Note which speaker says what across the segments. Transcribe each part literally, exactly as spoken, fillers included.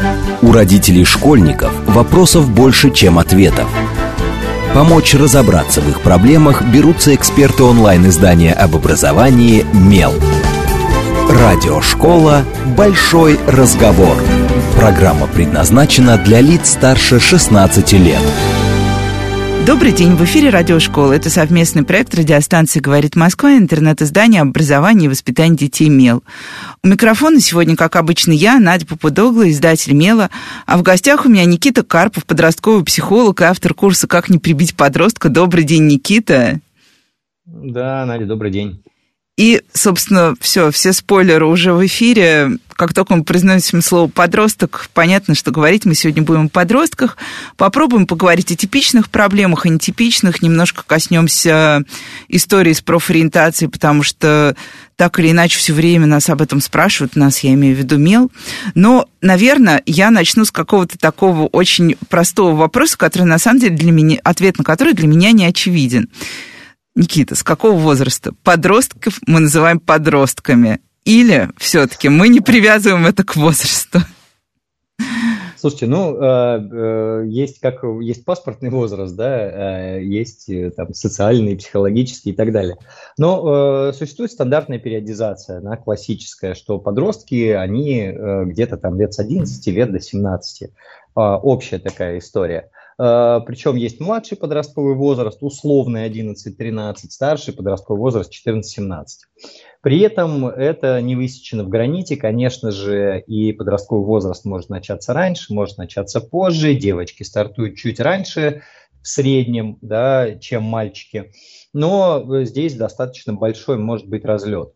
Speaker 1: У родителей школьников вопросов больше, чем ответов. Помочь разобраться в их проблемах берутся эксперты онлайн-издания об образовании «Мел». Радиошкола «Большой разговор». Программа предназначена для лиц старше шестнадцати лет.
Speaker 2: Добрый день, в эфире Радиошкола. Это совместный проект радиостанции «Говорит Москва» и интернет-издание об образовании и воспитании детей «Мел». У микрофона сегодня, как обычно, я, Надя Попудогла, издатель «Мела», а в гостях у меня Никита Карпов, подростковый психолог и автор курса «Как не прибить подростка». Добрый день, Никита.
Speaker 3: Да, Надя, добрый день.
Speaker 2: И, собственно, все, все спойлеры уже в эфире. Как только мы произносим слово «подросток», понятно, что говорить мы сегодня будем о подростках. Попробуем поговорить о типичных проблемах, о нетипичных. Немножко коснемся истории с профориентацией, потому что так или иначе все время нас об этом спрашивают. Нас, я имею в виду МЕЛ. Но, наверное, я начну с какого-то такого очень простого вопроса, который, на самом деле, для меня, ответ на который для меня не очевиден. Никита, с какого возраста подростков мы называем подростками? Или все-таки мы не привязываем это к возрасту?
Speaker 3: Слушайте, ну, э, э, есть как есть паспортный возраст, да, э, есть э, там социальный, психологический и так далее. Но э, существует стандартная периодизация, она классическая, что подростки, они э, где-то там лет с одиннадцати лет до семнадцати. Э, общая такая история. Причем есть младший подростковый возраст, условный одиннадцать-тринадцать, старший подростковый возраст четырнадцать-семнадцать. При этом это не высечено в граните, конечно же, и подростковый возраст может начаться раньше, может начаться позже, девочки стартуют чуть раньше в среднем, да, чем мальчики, но здесь достаточно большой может быть разлет.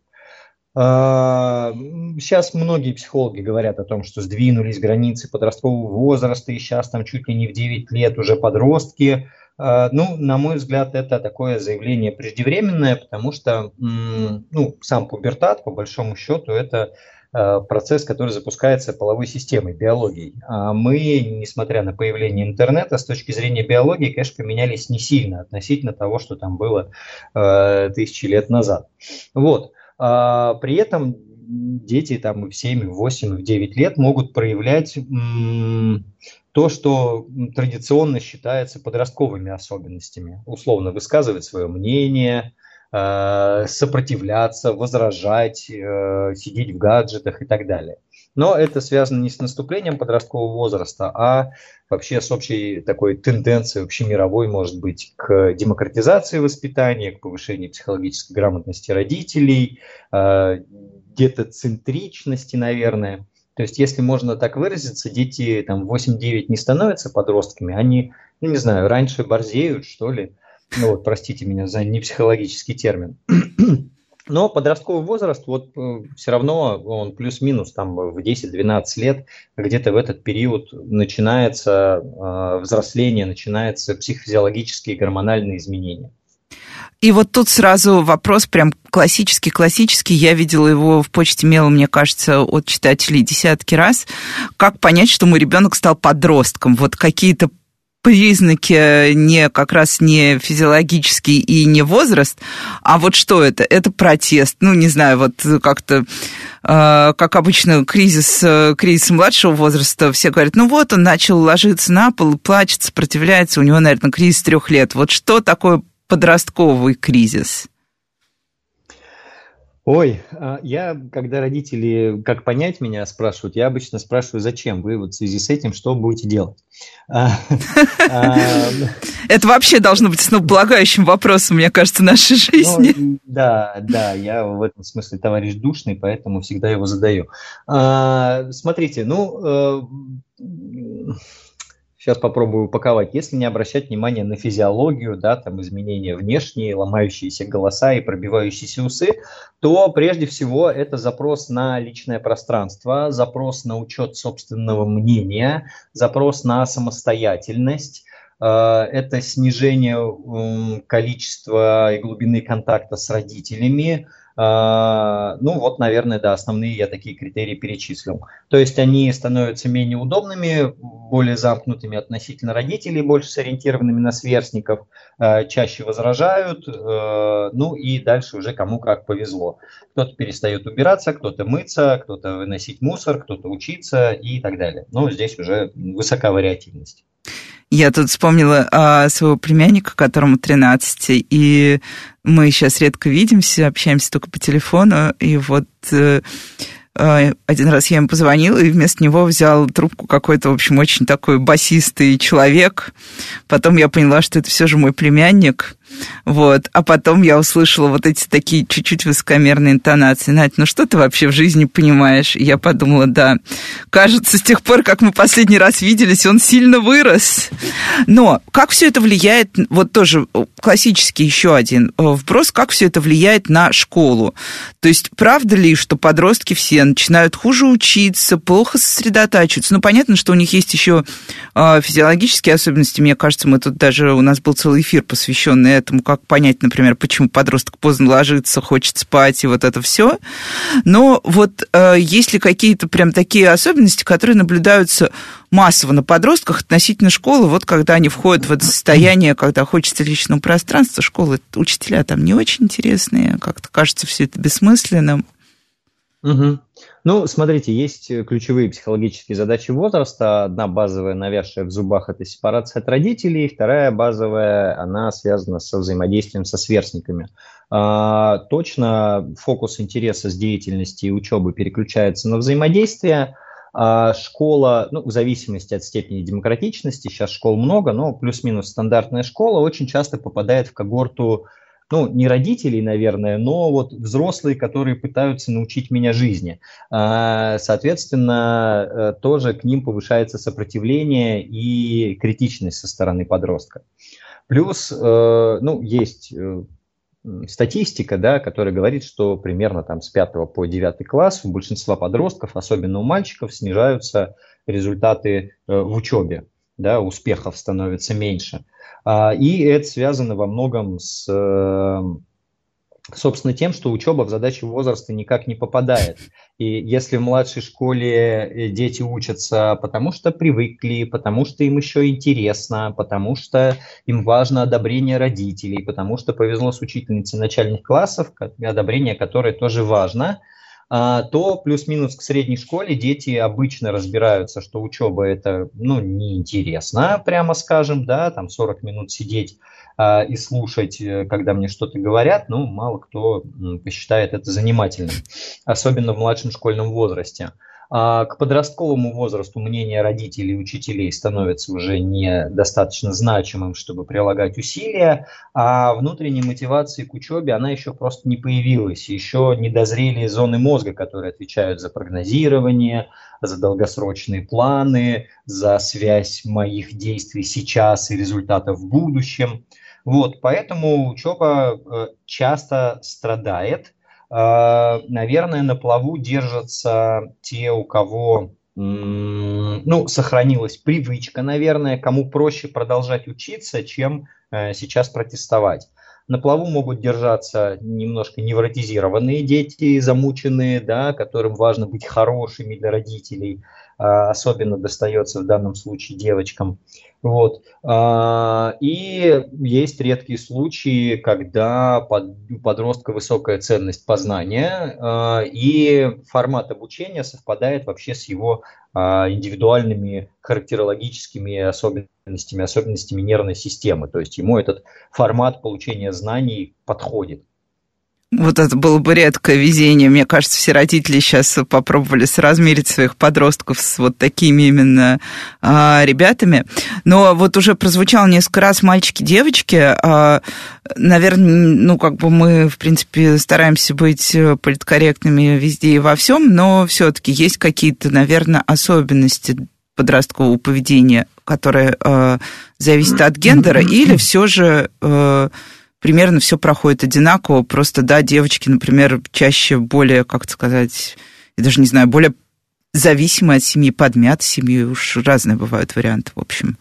Speaker 3: Сейчас многие психологи говорят о том, что сдвинулись границы подросткового возраста, и сейчас там чуть ли не в девять лет уже подростки. Ну, на мой взгляд, это такое заявление преждевременное, потому что ну, сам пубертат, по большому счету, это процесс, который запускается половой системой, биологией. А мы, несмотря на появление интернета, с точки зрения биологии, конечно, поменялись не сильно относительно того, что там было тысячи лет назад. Вот. А при этом дети там и в семь, и в восемь, и в девять лет могут проявлять м, то, что традиционно считается подростковыми особенностями. Условно высказывать свое мнение, э, сопротивляться, возражать, э, сидеть в гаджетах и так далее. Но это связано не с наступлением подросткового возраста, а вообще с общей такой тенденцией общемировой, может быть, к демократизации воспитания, к повышению психологической грамотности родителей, детоцентричности, наверное. То есть, если можно так выразиться, дети там восемь-девять не становятся подростками, они, ну не знаю, раньше борзеют, что ли. Ну вот, простите меня за непсихологический термин. Но подростковый возраст, вот все равно он плюс-минус там в десять-двенадцать лет, где-то в этот период начинается э, взросление, начинаются психофизиологические и гормональные изменения.
Speaker 2: И вот тут сразу вопрос прям классический-классический. Я видела его в почте Мела, мне кажется, от читателей десятки раз. Как понять, что мой ребенок стал подростком? Вот какие-то признаки не как раз не физиологический и не возраст, а вот что это? Это протест. Ну, не знаю, вот как-то, э, как обычно, кризис, э, кризис младшего возраста, все говорят, ну вот он начал ложиться на пол, плачет, сопротивляется, у него, наверное, кризис трех лет. Вот что такое подростковый кризис?
Speaker 3: Ой, я, когда родители, как понять меня, спрашивают, я обычно спрашиваю, зачем вы вот в связи с этим, что будете делать?
Speaker 2: Это вообще должно быть основополагающим вопросом, мне кажется, нашей жизни.
Speaker 3: Да, да, я в этом смысле товарищ душный, поэтому всегда его задаю. Смотрите, ну... Сейчас попробую упаковать. Если не обращать внимания на физиологию, да, там изменения внешние, ломающиеся голоса и пробивающиеся усы, то прежде всего это запрос на личное пространство, запрос на учет собственного мнения, запрос на самостоятельность. Это снижение количества и глубины контакта с родителями. Ну вот, наверное, да, основные я такие критерии перечислил. То есть они становятся менее удобными, более замкнутыми относительно родителей, больше сориентированными на сверстников, чаще возражают, ну и дальше уже кому как повезло. Кто-то перестает убираться, кто-то мыться, кто-то выносить мусор, кто-то учиться и так далее. Но здесь уже высока вариативность.
Speaker 2: Я тут вспомнила а, своего племянника, которому тринадцать, и мы сейчас редко видимся, общаемся только по телефону, и вот э, э, один раз я ему позвонила, и вместо него взял трубку какой-то, в общем, очень такой басистый человек. Потом я поняла, что это все же мой племянник. Вот. А потом я услышала вот эти такие чуть-чуть высокомерные интонации. Надь, ну что ты вообще в жизни понимаешь? И я подумала, да, кажется, с тех пор, как мы последний раз виделись, он сильно вырос. Но как все это влияет, вот тоже классический еще один вброс, как все это влияет на школу? То есть правда ли, что подростки все начинают хуже учиться, плохо сосредотачиваться? Ну, понятно, что у них есть еще физиологические особенности. Мне кажется, мы тут даже, у нас был целый эфир, посвященный этому, как понять, например, почему подросток поздно ложится, хочет спать и вот это все. Но вот э, есть ли какие-то прям такие особенности, которые наблюдаются массово на подростках относительно школы, вот когда они входят в это состояние, когда хочется личного пространства, школы, учителя там не очень интересные, как-то кажется все это бессмысленным.
Speaker 3: Угу. Ну, смотрите, есть ключевые психологические задачи возраста. Одна базовая, навязшая в зубах, это сепарация от родителей. Вторая базовая, она связана со взаимодействием со сверстниками. А, точно фокус интереса с деятельности и учебы переключается на взаимодействие. А школа, ну, в зависимости от степени демократичности, сейчас школ много, но плюс-минус стандартная школа очень часто попадает в когорту, ну, не родителей, наверное, но вот взрослые, которые пытаются научить меня жизни. Соответственно, тоже к ним повышается сопротивление и критичность со стороны подростка. Плюс, ну, есть статистика, да, которая говорит, что примерно там с пятого по девятый класс у большинства подростков, особенно у мальчиков, снижаются результаты в учебе, да, успехов становится меньше. И это связано во многом с, собственно, тем, что учеба в задачи возраста никак не попадает. И если в младшей школе дети учатся потому, что привыкли, потому что им еще интересно, потому что им важно одобрение родителей, потому что повезло с учительницей начальных классов, одобрение которое тоже важно, то плюс-минус к средней школе дети обычно разбираются, что учеба это, ну, неинтересно, прямо скажем, да, там сорок минут сидеть а, и слушать, когда мне что-то говорят, ну, мало кто посчитает это занимательным, особенно в младшем школьном возрасте. А к подростковому возрасту мнение родителей и учителей становится уже недостаточно значимым, чтобы прилагать усилия, а внутренней мотивации к учебе она еще просто не появилась, еще не дозрели зоны мозга, которые отвечают за прогнозирование, за долгосрочные планы, за связь моих действий сейчас и результатов в будущем. Вот, поэтому учеба часто страдает. Наверное, на плаву держатся те, у кого, ну, сохранилась привычка, наверное, кому проще продолжать учиться, чем сейчас протестовать. На плаву могут держаться немножко невротизированные дети, замученные, да, которым важно быть хорошими для родителей, особенно достается в данном случае девочкам. Вот. И есть редкие случаи, когда у подростка высокая ценность познания, и формат обучения совпадает вообще с его индивидуальными характерологическими особенностями, особенностями нервной системы. То есть ему этот формат получения знаний подходит.
Speaker 2: Вот это было бы редкое везение. Мне кажется, все родители сейчас попробовали соразмерить своих подростков с вот такими именно а, ребятами. Но вот уже прозвучало несколько раз мальчики-девочки. А, наверное, ну, как бы мы, в принципе, стараемся быть политкорректными везде и во всем, но все-таки есть какие-то, наверное, особенности подросткового поведения, которые а, зависят от гендера, или все же... А, примерно все проходит одинаково, просто, да, девочки, например, чаще более, как сказать, я даже не знаю, более зависимые от семьи, подмят семьи, уж разные бывают варианты, в общем.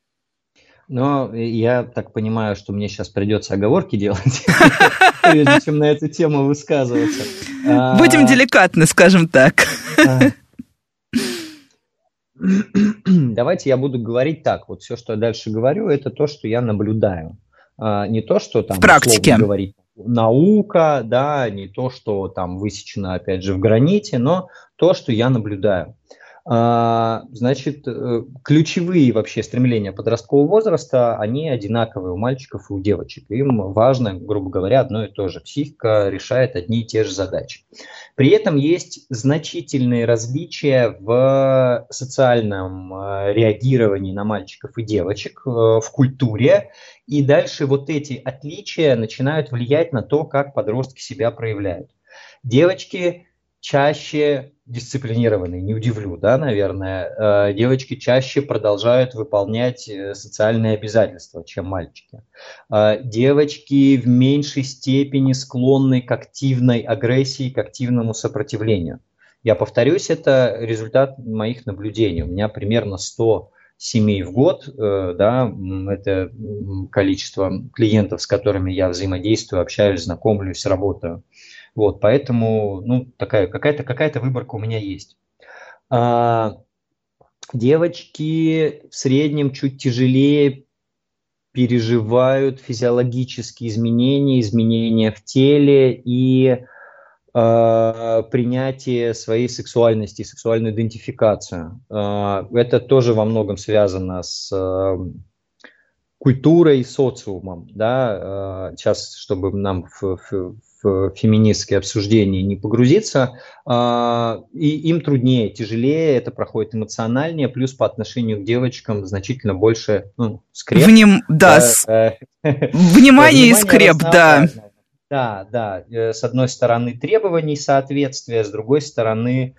Speaker 3: Но я так понимаю, что мне сейчас придется оговорки делать, прежде чем на эту тему высказываться. Будем
Speaker 2: деликатны, скажем так.
Speaker 3: давайте я буду говорить так. Вот все, что я дальше говорю, это то, что я наблюдаю. Не то, что там
Speaker 2: в практике
Speaker 3: говорит наука, да, не то, что там высечено, опять же, в граните, но то, что я наблюдаю. Значит, ключевые вообще стремления подросткового возраста, они одинаковые у мальчиков и у девочек. Им важно, грубо говоря, одно и то же. Психика решает одни и те же задачи. При этом есть значительные различия в социальном реагировании на мальчиков и девочек, в культуре. И дальше вот эти отличия начинают влиять на то, как подростки себя проявляют. Девочки чаще дисциплинированные, не удивлю, да, наверное, девочки чаще продолжают выполнять социальные обязательства, чем мальчики. Девочки в меньшей степени склонны к активной агрессии, к активному сопротивлению. Я повторюсь, это результат моих наблюдений. У меня примерно сто семей в год, да, это количество клиентов, с которыми я взаимодействую, общаюсь, знакомлюсь, работаю. Вот, поэтому, ну, такая, какая-то, какая-то выборка у меня есть. А, девочки в среднем чуть тяжелее переживают физиологические изменения, изменения в теле и а, принятие своей сексуальности, сексуальную идентификацию. А, это тоже во многом связано с а, культурой, социумом. Да? Сейчас, чтобы нам в, в в феминистские обсуждения не погрузиться, и им труднее, тяжелее, это проходит эмоциональнее, плюс по отношению к девочкам значительно больше ну, скреп.
Speaker 2: Вним... Да, да, э... Внимание и скреп, да.
Speaker 3: Да, да. С одной стороны требований соответствия, с другой стороны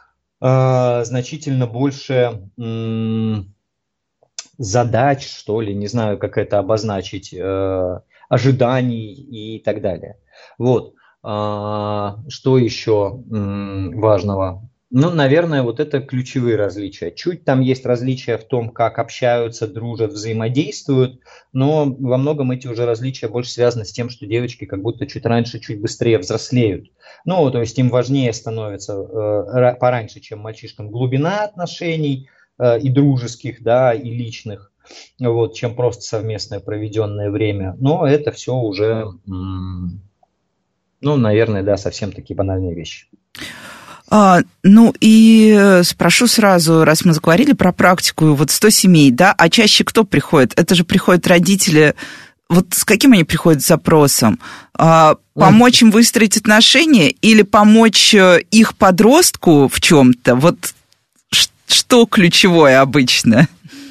Speaker 3: э, значительно больше м- задач, что ли, не знаю, как это обозначить, э, ожиданий и так далее. Вот. А, что еще м, важного? Ну, наверное, вот это ключевые различия. Чуть там есть различия в том, как общаются, дружат, взаимодействуют, но во многом эти уже различия больше связаны с тем, что девочки как будто чуть раньше, чуть быстрее взрослеют. Ну, то есть им важнее становится э, пораньше, чем мальчишкам, глубина отношений э, и дружеских, да, и личных. Вот, чем просто совместное проведенное время. Но это все уже, м- ну, наверное, да, совсем такие банальные вещи.
Speaker 2: А, ну и спрошу сразу, раз мы заговорили про практику, вот сто семей, да, а чаще кто приходит? Это же приходят родители, вот с каким они приходят запросом? А, помочь им выстроить отношения или помочь их подростку в чем-то? Вот что ключевое обычно?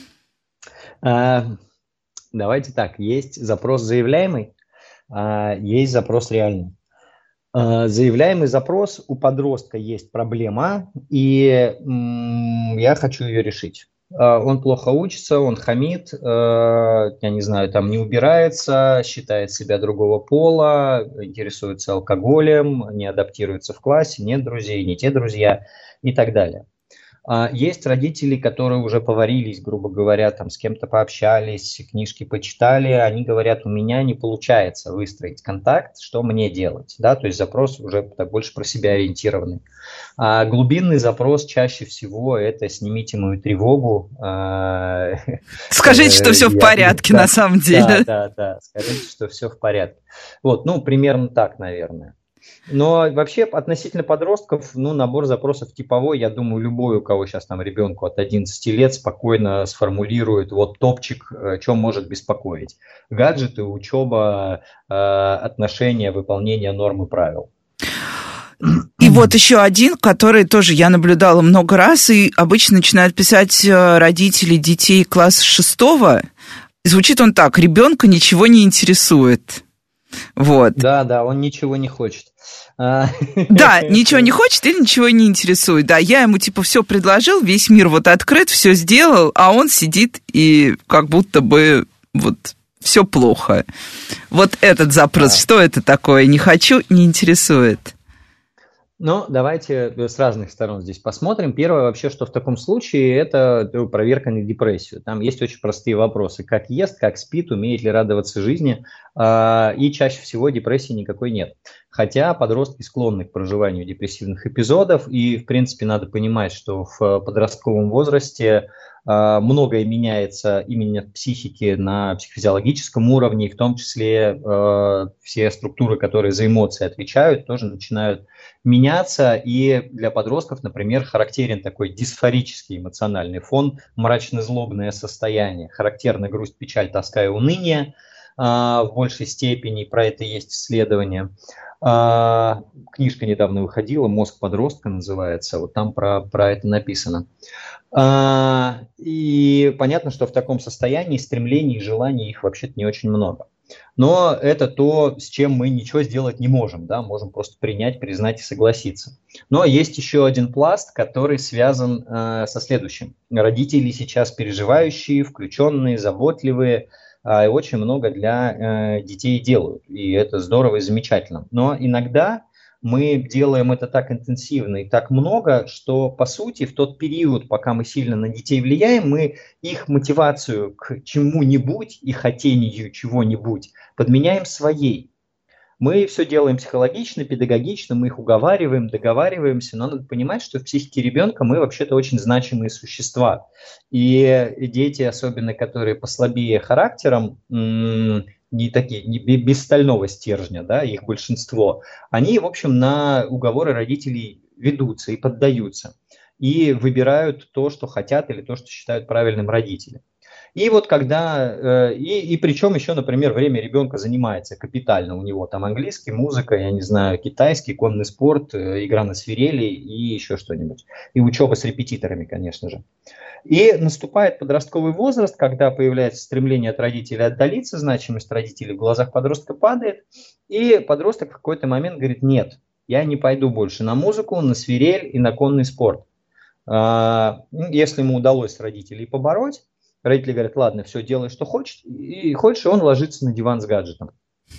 Speaker 3: А, давайте так, есть запрос заявляемый, а есть запрос реальный. А, заявляемый запрос, у подростка есть проблема, и м, я хочу ее решить. А, он плохо учится, он хамит, а, я не знаю, там не убирается, считает себя другого пола, интересуется алкоголем, не адаптируется в классе, нет друзей, не те друзья и так далее. Есть родители, которые уже поварились, грубо говоря, там с кем-то пообщались, книжки почитали, они говорят, у меня не получается выстроить контакт, что мне делать, да, то есть запрос уже так больше про себя ориентированный. А глубинный запрос чаще всего это «снимите мою тревогу».
Speaker 2: Скажите, что все в порядке на самом деле.
Speaker 3: Да, да, да, скажите, что все в порядке. Вот, ну, примерно так, наверное. Но вообще относительно подростков, ну, набор запросов типовой, я думаю, любой, у кого сейчас там ребенку от одиннадцати лет, спокойно сформулирует вот топчик, что может беспокоить. Гаджеты, учеба, отношения, выполнение норм и правил.
Speaker 2: И вот еще один, который тоже я наблюдала много раз, и обычно начинают писать родители детей класса шестого. Звучит он так: ребенка ничего не интересует. Вот.
Speaker 3: Да, да, он ничего не хочет.
Speaker 2: Да, ничего не хочет или ничего не интересует. Да, я ему типа все предложил, весь мир вот открыт, все сделал, а он сидит и как будто бы вот все плохо. Вот этот запрос, да. Что это такое? Не хочу, не интересует.
Speaker 3: Ну, давайте с разных сторон здесь посмотрим. Первое вообще, что в таком случае, это проверка на депрессию. Там есть очень простые вопросы. Как ест, как спит, умеет ли радоваться жизни. И чаще всего депрессии никакой нет. хотя подростки склонны к проживанию депрессивных эпизодов, и, в принципе, надо понимать, что в подростковом возрасте э, многое меняется именно в психике на психофизиологическом уровне, и в том числе э, все структуры, которые за эмоции отвечают, тоже начинают меняться, и для подростков, например, характерен такой дисфорический эмоциональный фон, мрачно-злобное состояние, характерна грусть, печаль, тоска и уныние э, в большей степени, про это есть исследования. А, книжка недавно выходила, «Мозг подростка» называется, вот там про, про это написано. А, и понятно, что в таком состоянии стремлений и желаний их вообще-то не очень много. Но это то, с чем мы ничего сделать не можем, да, можем просто принять, признать и согласиться. Но есть еще один пласт, который связан э, со следующим. Родители сейчас переживающие, включенные, заботливые, и очень много для э, детей делают, и это здорово и замечательно. Но иногда мы делаем это так интенсивно и так много, что, по сути, в тот период, пока мы сильно на детей влияем, мы их мотивацию к чему-нибудь и хотению чего-нибудь подменяем своей. Мы все делаем психологично, педагогично, мы их уговариваем, договариваемся, но надо понимать, что в психике ребенка мы вообще-то очень значимые существа. И дети, особенно которые послабее характером, не такие, не без стального стержня, да, их большинство, они, в общем, на уговоры родителей ведутся и поддаются, и выбирают то, что хотят, или то, что считают правильным родители. И вот когда, и, и причем еще, например, время ребенка занимается капитально, у него там английский, музыка, я не знаю, китайский, конный спорт, игра на свирели и еще что-нибудь. И учеба с репетиторами, конечно же. И наступает подростковый возраст, когда появляется стремление от родителей отдалиться, значимость родителей в глазах подростка падает, и подросток в какой-то момент говорит: нет, я не пойду больше на музыку, на свирель и на конный спорт. Если ему удалось родителей побороть, родители говорят: ладно, все, делай, что хочешь, и хочешь, и он ложится на диван с гаджетом.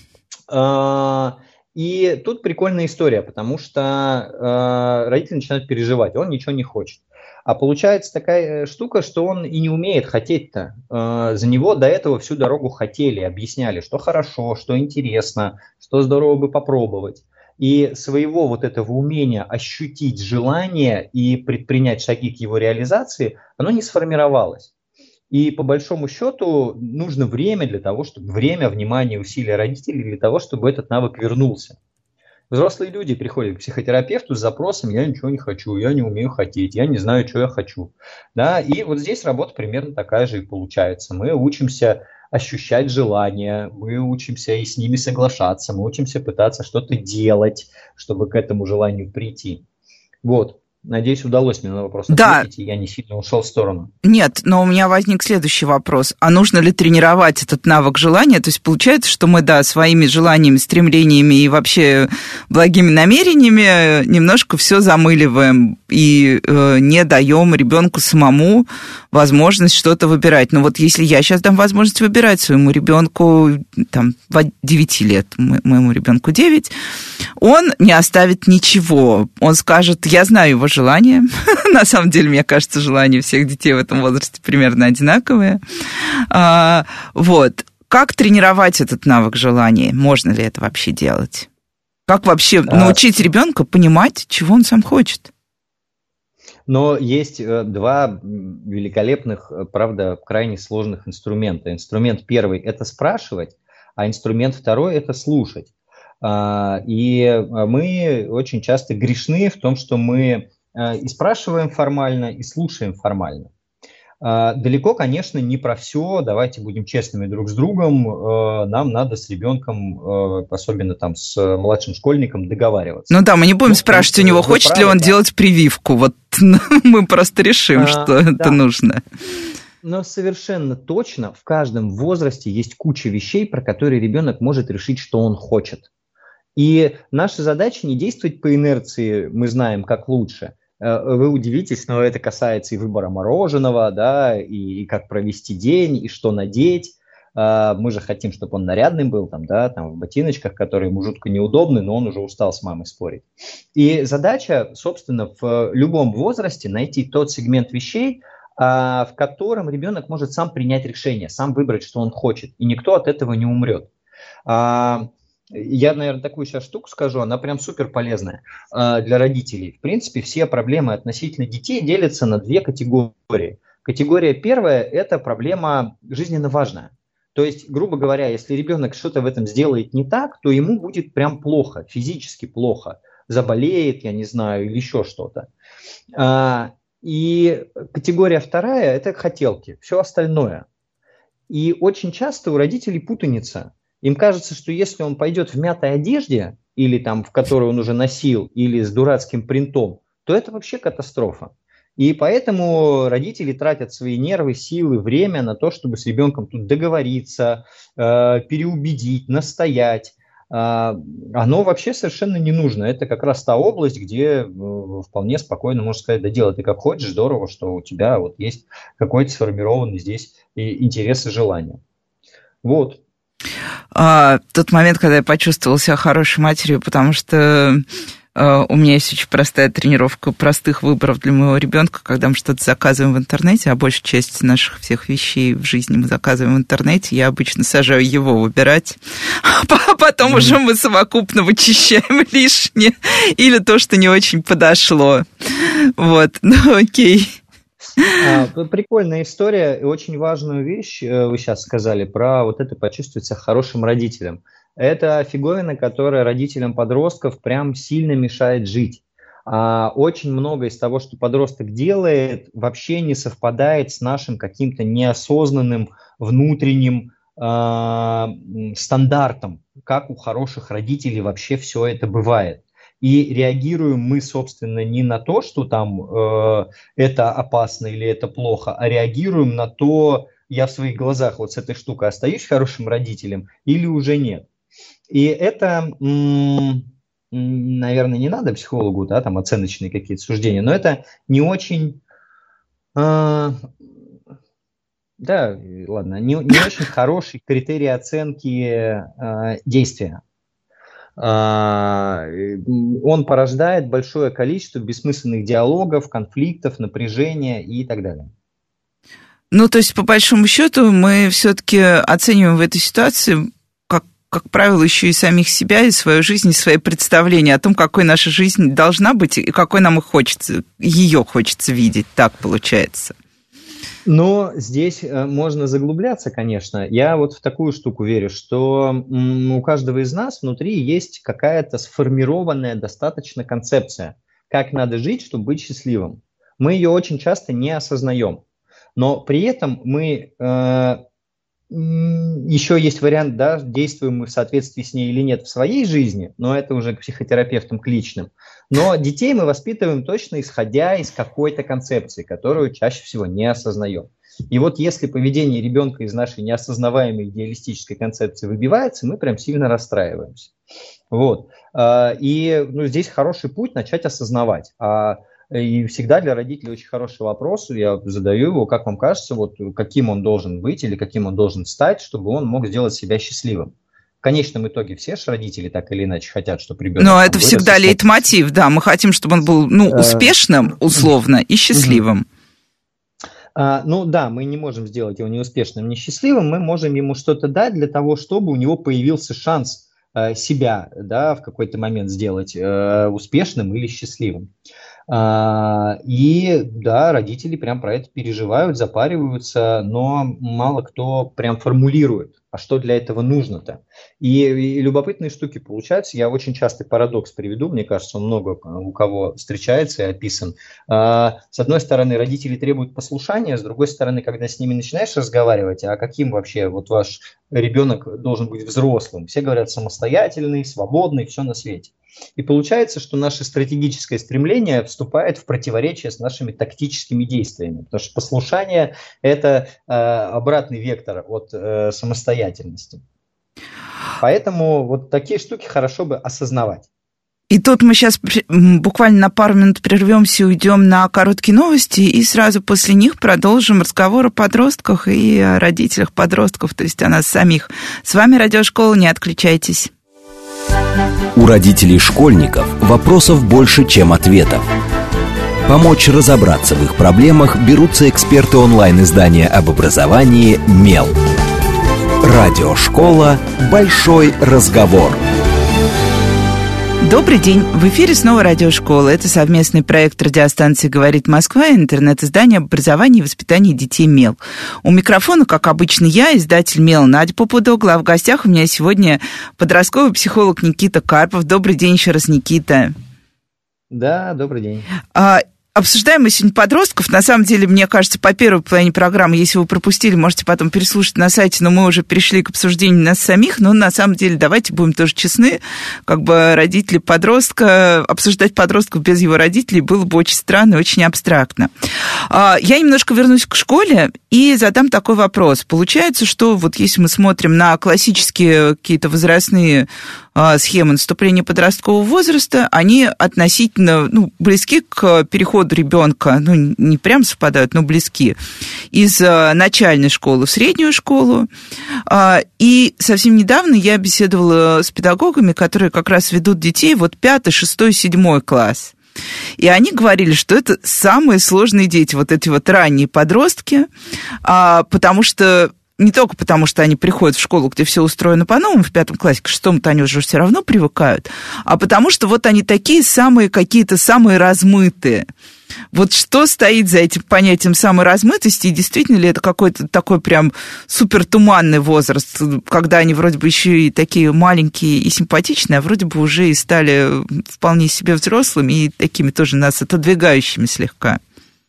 Speaker 3: И тут прикольная история, потому что родители начинают переживать, он ничего не хочет. А получается такая штука, что он и не умеет хотеть-то. За него до этого всю дорогу хотели, объясняли, что хорошо, что интересно, что здорово бы попробовать. И своего вот этого умения ощутить желание и предпринять шаги к его реализации, оно не сформировалось. И по большому счету нужно время для того, чтобы время, внимание, усилия родителей для того, чтобы этот навык вернулся. Взрослые люди приходят к психотерапевту с запросом: я ничего не хочу, я не умею хотеть, я не знаю, что я хочу. Да? И вот здесь работа примерно такая же и получается. Мы учимся ощущать желания, мы учимся и с ними соглашаться, мы учимся пытаться что-то делать, чтобы к этому желанию прийти. Вот. Надеюсь, удалось мне на вопрос
Speaker 2: да.
Speaker 3: ответить, и я не сильно ушел в сторону.
Speaker 2: Нет, но у меня возник следующий вопрос. А нужно ли тренировать этот навык желания? То есть получается, что мы, да, своими желаниями, стремлениями и вообще благими намерениями немножко все замыливаем и э, не даем ребенку самому возможность что-то выбирать. Но вот если я сейчас дам возможность выбирать своему ребенку, там, девяти лет, моему ребенку девять, он не оставит ничего. Он скажет: я знаю его желания. На самом деле, мне кажется, желания всех детей в этом возрасте примерно одинаковые. А, вот. Как тренировать этот навык желания? Можно ли это вообще делать? Как вообще а... научить ребенка понимать, чего он сам хочет?
Speaker 3: Но есть два великолепных, правда, крайне сложных инструмента. Инструмент первый – это спрашивать, а инструмент второй – это слушать. И мы очень часто грешны в том, что мы и спрашиваем формально, и слушаем формально. Далеко, конечно, не про все, давайте будем честными друг с другом, нам надо с ребенком, особенно там с младшим школьником, договариваться.
Speaker 2: Ну да, мы не будем ну, спрашивать у него, хочет правы, ли он да. делать прививку, вот мы просто решим, а, что да. это нужно.
Speaker 3: Но совершенно точно в каждом возрасте есть куча вещей, про которые ребенок может решить, что он хочет. И наша задача не действовать по инерции, мы знаем, как лучше. Вы удивитесь, но это касается и выбора мороженого, да, и, и как провести день, и что надеть. Мы же хотим, чтобы он нарядным был, там, да, там, в ботиночках, которые ему жутко неудобны, но он уже устал с мамой спорить. И задача, собственно, в любом возрасте найти тот сегмент вещей, в котором ребенок может сам принять решение, сам выбрать, что он хочет, и никто от этого не умрет. Я, наверное, такую сейчас штуку скажу, она прям супер полезная э, для родителей. В принципе, все проблемы относительно детей делятся на две категории. Категория первая – это проблема жизненно важная. То есть, грубо говоря, если ребенок что-то в этом сделает не так, то ему будет прям плохо, физически плохо. Заболеет, я не знаю, или еще что-то. А, и категория вторая – это хотелки, все остальное. И очень часто у родителей путаница. Им кажется, что если он пойдет в мятой одежде, или там, в которой он уже носил, или с дурацким принтом, то это вообще катастрофа. И поэтому родители тратят свои нервы, силы, время на то, чтобы с ребенком тут договориться, э, переубедить, настоять. Э, оно вообще совершенно не нужно. Это как раз та область, где э, вполне спокойно можно сказать, да делай ты как хочешь, здорово, что у тебя вот есть какой-то сформированный здесь интерес и желание. Вот.
Speaker 2: А, тот момент, когда я почувствовала себя хорошей матерью, потому что а, у меня есть очень простая тренировка простых выборов для моего ребенка, когда мы что-то заказываем в интернете, а большая часть наших всех вещей в жизни мы заказываем в интернете, я обычно сажаю его выбирать, а потом mm-hmm. уже мы совокупно вычищаем лишнее или то, что не очень подошло. Вот, ну окей.
Speaker 3: Прикольная история и очень важную вещь вы сейчас сказали про вот это почувствовать себя хорошим родителем. Это фиговина, которая родителям подростков прям сильно мешает жить. Очень много из того, что подросток делает, вообще не совпадает с нашим каким-то неосознанным внутренним э, стандартом, как у хороших родителей вообще все это бывает. И реагируем мы, собственно, не на то, что там э, это опасно или это плохо, а реагируем на то, я в своих глазах вот с этой штукой остаюсь хорошим родителем или уже нет. И это, м- наверное, не надо психологу, да, там оценочные какие-то суждения, но это не очень, э, да, ладно, не, не очень хороший критерий оценки э, действия. Он порождает большое количество бессмысленных диалогов, конфликтов, напряжения и так далее.
Speaker 2: Ну, то есть, по большому счету, мы все-таки оцениваем в этой ситуации, как, как правило, еще и самих себя, и свою жизнь, и свои представления о том, какой наша жизнь должна быть, и какой нам и хочется, ее хочется видеть, так получается.
Speaker 3: Но здесь можно заглубляться, конечно. Я вот в такую штуку верю, что у каждого из нас внутри есть какая-то сформированная достаточно концепция, как надо жить, чтобы быть счастливым. Мы ее очень часто не осознаем. Но при этом мы... Э, еще есть вариант, да, действуем мы в соответствии с ней или нет в своей жизни, но это уже к психотерапевтам, к личным. Но детей мы воспитываем точно исходя из какой-то концепции, которую чаще всего не осознаем. И вот если поведение ребенка из нашей неосознаваемой идеалистической концепции выбивается, мы прям сильно расстраиваемся. Вот. И ну, здесь хороший путь начать осознавать. И всегда для родителей очень хороший вопрос, я задаю его, как вам кажется, вот каким он должен быть или каким он должен стать, чтобы он мог сделать себя счастливым. В конечном итоге все же родители так или иначе хотят, чтобы ребенок...
Speaker 2: Но это всегда вырос, лейтмотив, да, мы хотим, чтобы он был ну, успешным, условно, и счастливым.
Speaker 3: А, ну да, мы не можем сделать его ни успешным, ни счастливым, мы можем ему что-то дать для того, чтобы у него появился шанс э, себя, да, в какой-то момент сделать э, успешным или счастливым. И да, родители прям про это переживают, запариваются, но мало кто прям формулирует, а что для этого нужно-то. И, и любопытные штуки получаются. Я очень частый парадокс приведу, мне кажется, он много у кого встречается и описан. С одной стороны, родители требуют послушания, с другой стороны, когда с ними начинаешь разговаривать, а каким вообще вот ваш ребенок должен быть взрослым? Все говорят самостоятельный, свободный, все на свете. И получается, что наше стратегическое стремление вступает в противоречие с нашими тактическими действиями, потому что послушание – это э, обратный вектор от э, самостоятельности. Поэтому вот такие штуки хорошо бы осознавать.
Speaker 2: И тут мы сейчас буквально на пару минут прервемся и уйдем на короткие новости, и сразу после них продолжим разговор о подростках и о родителях подростков, то есть о нас самих. С вами Радиошкола, не отключайтесь.
Speaker 1: У родителей школьников вопросов больше, чем ответов. Помочь разобраться в их проблемах берутся эксперты онлайн-издания об образовании «Мел». Радиошкола «Большой разговор».
Speaker 2: Добрый день. В эфире снова радиошкола. Это совместный проект радиостанции «Говорит Москва» и интернет-издание об образовании и воспитании детей «Мел». У микрофона, как обычно, я, издатель «Мел» Надя Попудогла, а в гостях у меня сегодня подростковый психолог Никита Карпов. Добрый день еще раз, Никита.
Speaker 3: Да, добрый день.
Speaker 2: А, Обсуждаем мы сегодня подростков. На самом деле, мне кажется, по первой половине программы, если вы пропустили, можете потом переслушать на сайте, но мы уже перешли к обсуждению нас самих. Но на самом деле, давайте будем тоже честны, как бы родители подростка, обсуждать подростков без его родителей было бы очень странно и очень абстрактно. Я немножко вернусь к школе и задам такой вопрос. Получается, что вот если мы смотрим на классические какие-то возрастные схемы наступления подросткового возраста, они относительно ну, близки к переходу ребенка, ну, не прям совпадают, но близки, из начальной школы в среднюю школу. И совсем недавно я беседовала с педагогами, которые как раз ведут детей вот пятый, шестой, седьмой класс. И они говорили, что это самые сложные дети, вот эти вот ранние подростки, потому что не только потому, что они приходят в школу, где все устроено по-новому в пятом классе, к шестому-то они уже все равно привыкают, а потому что вот они такие самые какие-то самые размытые. Вот что стоит за этим понятием самой размытости, и действительно ли это какой-то такой прям супертуманный возраст, когда они вроде бы еще и такие маленькие и симпатичные, а вроде бы уже и стали вполне себе взрослыми и такими тоже нас отодвигающими слегка?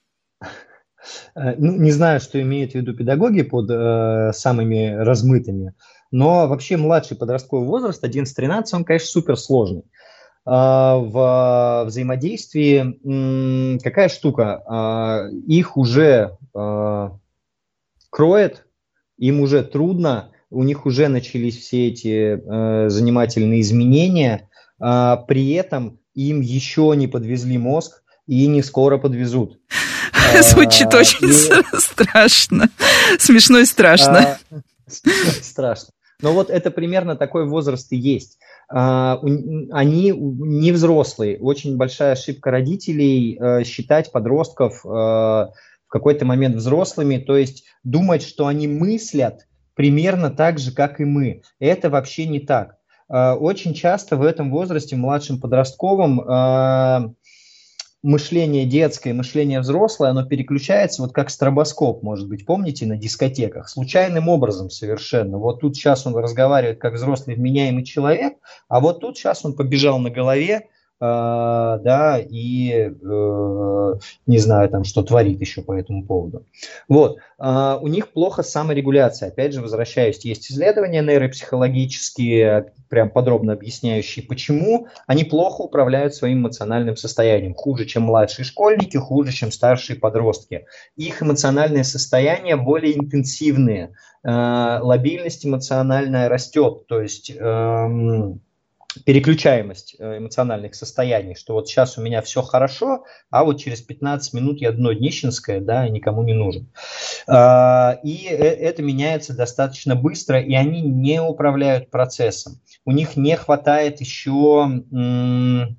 Speaker 3: Ну, не знаю, что имеют в виду педагоги под э, самыми размытыми, но вообще младший подростковый возраст, одиннадцать-тринадцать, он, конечно, суперсложный. Э, в взаимодействии э, какая штука? Э, их уже э, кроет, им уже трудно, у них уже начались все эти э, занимательные изменения, э, при этом им еще не подвезли мозг и не скоро подвезут.
Speaker 2: Звучит очень и... страшно. Смешно и страшно.
Speaker 3: Страшно. Но вот это примерно такой возраст и есть. Они не взрослые. Очень большая ошибка родителей считать подростков в какой-то момент взрослыми, то есть думать, что они мыслят примерно так же, как и мы. Это вообще не так. Очень часто в этом возрасте, младшем подростковом, мышление детское, мышление взрослое, оно переключается вот как стробоскоп, может быть, помните, на дискотеках, случайным образом совершенно. Вот тут сейчас он разговаривает как взрослый вменяемый человек, а вот тут сейчас он побежал на голове, э, да, и э, не знаю, там, что творит еще по этому поводу. Вот. Э, у них плохо саморегуляция. Опять же, возвращаюсь, есть исследования нейропсихологические, прям подробно объясняющие, почему они плохо управляют своим эмоциональным состоянием. Хуже, чем младшие школьники, хуже, чем старшие подростки. Их эмоциональные состояния более интенсивные. Э, лобильность эмоциональная растет, то есть э, переключаемость эмоциональных состояний, что вот сейчас у меня все хорошо, а вот через пятнадцать минут я дно днищенское, да, и никому не нужен. И это меняется достаточно быстро, и они не управляют процессом. У них не хватает еще, ну,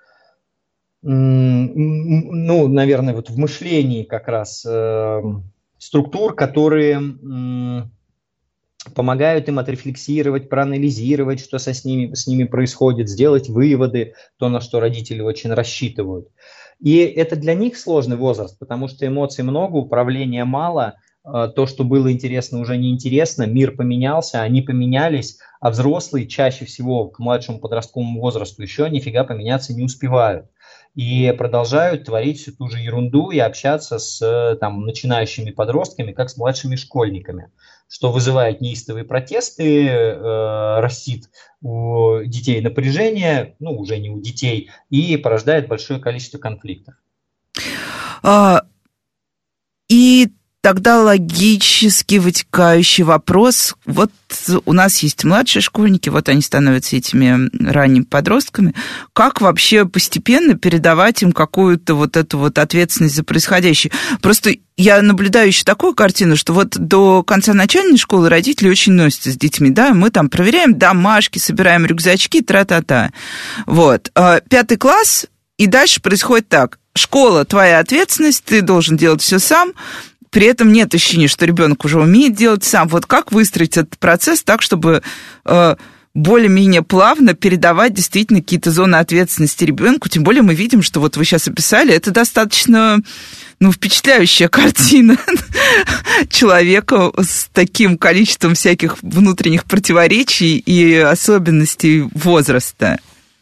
Speaker 3: наверное, вот в мышлении как раз структур, которые помогают им отрефлексировать, проанализировать, что со с ними, с ними происходит, сделать выводы, то, на что родители очень рассчитывают. И это для них сложный возраст, потому что эмоций много, управления мало, то, что было интересно, уже не интересно, мир поменялся, они поменялись, а взрослые чаще всего к младшему подростковому возрасту еще нифига поменяться не успевают. И продолжают творить всю ту же ерунду и общаться с там, начинающими подростками, как с младшими школьниками, что вызывает неистовые протесты, э, растит у детей напряжение, ну, уже не у детей, и порождает большое количество конфликтов.
Speaker 2: А, и тогда логически вытекающий вопрос, вот у нас есть младшие школьники, вот они становятся этими ранними подростками, как вообще постепенно передавать им какую-то вот эту вот ответственность за происходящее? Просто я наблюдаю еще такую картину, что вот до конца начальной школы родители очень носятся с детьми, да, мы там проверяем домашки, собираем рюкзачки, тра-та-та. Вот. Пятый класс, и дальше происходит так. Школа, твоя ответственность, ты должен делать все сам. При этом нет ощущения, что ребенок уже умеет делать сам. Вот как выстроить этот процесс так, чтобы э, более-менее плавно передавать действительно какие-то зоны ответственности ребенку. Тем более мы видим, что вот вы сейчас описали, это достаточно, ну, впечатляющая картина человека с таким количеством всяких внутренних противоречий и особенностей возраста.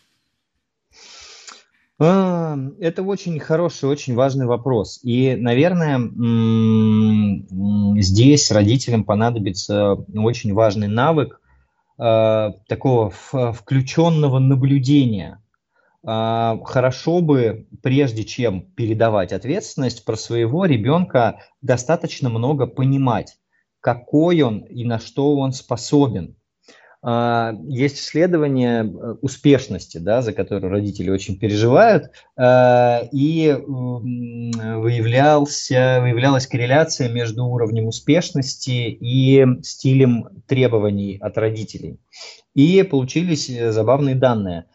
Speaker 3: Это очень хороший, очень важный вопрос. И, наверное, здесь родителям понадобится очень важный навык такого включенного наблюдения. Хорошо бы, прежде чем передавать ответственность, про своего ребенка достаточно много понимать, какой он и на что он способен. Есть исследование успешности, да, за которое родители очень переживают, и выявлялся, выявлялась корреляция между уровнем успешности и стилем требований от родителей. И получились забавные данные,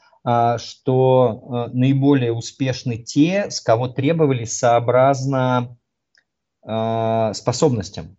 Speaker 3: что наиболее успешны те, с кого требовали сообразно способностям.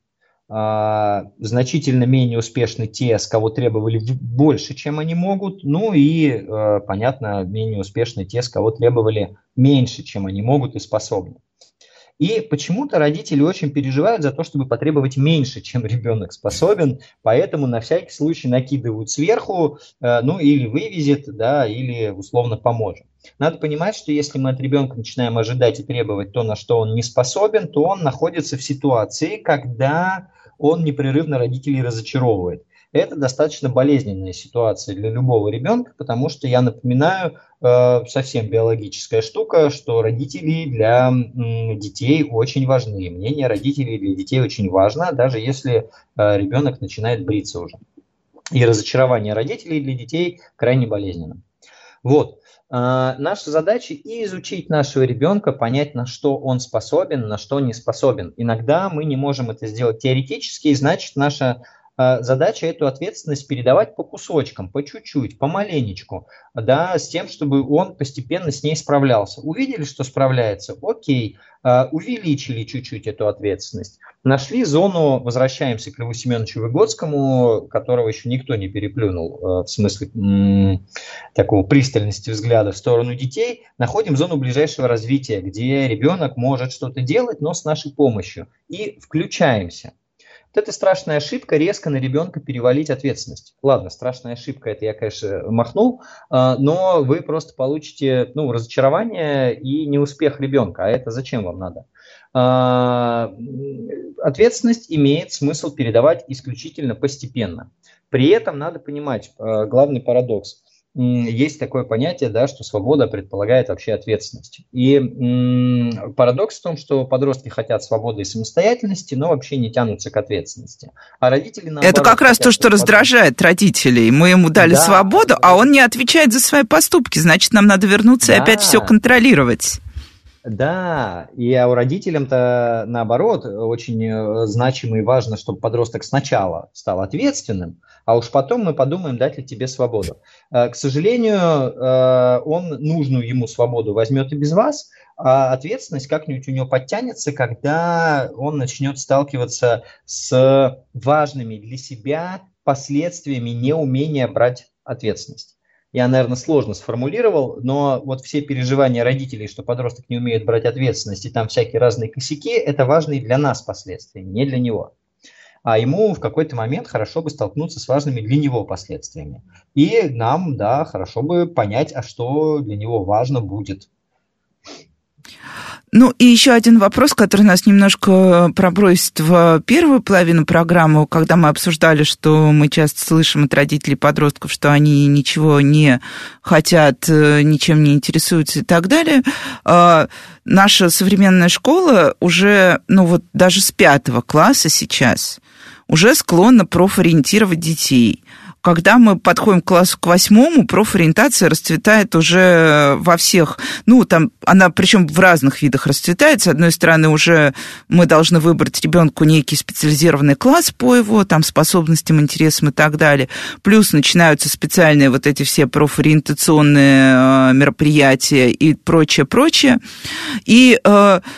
Speaker 3: Значительно менее успешны те, с кого требовали больше, чем они могут, ну и, понятно, менее успешны те, с кого требовали меньше, чем они могут и способны. И почему-то родители очень переживают за то, чтобы потребовать меньше, чем ребенок способен, поэтому на всякий случай накидывают сверху, ну или вывезет, да, или условно поможет. Надо понимать, что если мы от ребенка начинаем ожидать и требовать то, на что он не способен, то он находится в ситуации, когда он непрерывно родителей разочаровывает. Это достаточно болезненная ситуация для любого ребенка, потому что, я напоминаю, совсем биологическая штука, что родители для детей очень важны. Мнение родителей для детей очень важно, даже если ребенок начинает бриться уже. И разочарование родителей для детей крайне болезненно. Вот. Наша задача и изучить нашего ребенка, понять, на что он способен, на что не способен. Иногда мы не можем это сделать теоретически, и значит, наша задача эту ответственность передавать по кусочкам, по чуть-чуть, помаленечку, да, с тем, чтобы он постепенно с ней справлялся. Увидели, что справляется? Окей, увеличили чуть-чуть эту ответственность. Нашли зону, возвращаемся к Льву Семеновичу Выгодскому, которого еще никто не переплюнул, в смысле м- такого пристальности взгляда в сторону детей. Находим зону ближайшего развития, где ребенок может что-то делать, но с нашей помощью. И включаемся. Вот это страшная ошибка, резко на ребенка перевалить ответственность. Ладно, страшная ошибка, это я, конечно, махнул, но вы просто получите, ну, разочарование и неуспех ребенка. А это зачем вам надо? Ответственность имеет смысл передавать исключительно постепенно. При этом надо понимать главный парадокс. Есть такое понятие, да, что свобода предполагает вообще ответственность. И м, парадокс в том, что подростки хотят свободы и самостоятельности, но вообще не тянутся к ответственности. А родители, наоборот,
Speaker 2: это как раз то, что раздражает родителей. Мы ему дали да, свободу, да. А он не отвечает за свои поступки. Значит, нам надо вернуться да. и опять все контролировать.
Speaker 3: Да, и а у родителям-то наоборот очень значимо и важно, чтобы подросток сначала стал ответственным, а уж потом мы подумаем, дать ли тебе свободу. К сожалению, он нужную ему свободу возьмет и без вас, а ответственность как-нибудь у него подтянется, когда он начнет сталкиваться с важными для себя последствиями неумения брать ответственность. Я, наверное, сложно сформулировал, но вот все переживания родителей, что подросток не умеет брать ответственность, и там всякие разные косяки, это важные для нас последствия, не для него. А ему в какой-то момент хорошо бы столкнуться с важными для него последствиями. И нам, да, хорошо бы понять, а что для него важно будет.
Speaker 2: Ну, и еще один вопрос, который нас немножко пробросит в первую половину программы, когда мы обсуждали, что мы часто слышим от родителей подростков, что они ничего не хотят, ничем не интересуются и так далее. Наша современная школа уже, ну вот даже с пятого класса сейчас, уже склонна профориентировать детей. Когда мы подходим к классу к восьмому, профориентация расцветает уже во всех, ну, там, она причем в разных видах расцветает. С одной стороны, уже мы должны выбрать ребенку некий специализированный класс по его там способностям, интересам и так далее. Плюс начинаются специальные вот эти все профориентационные мероприятия и прочее, прочее. И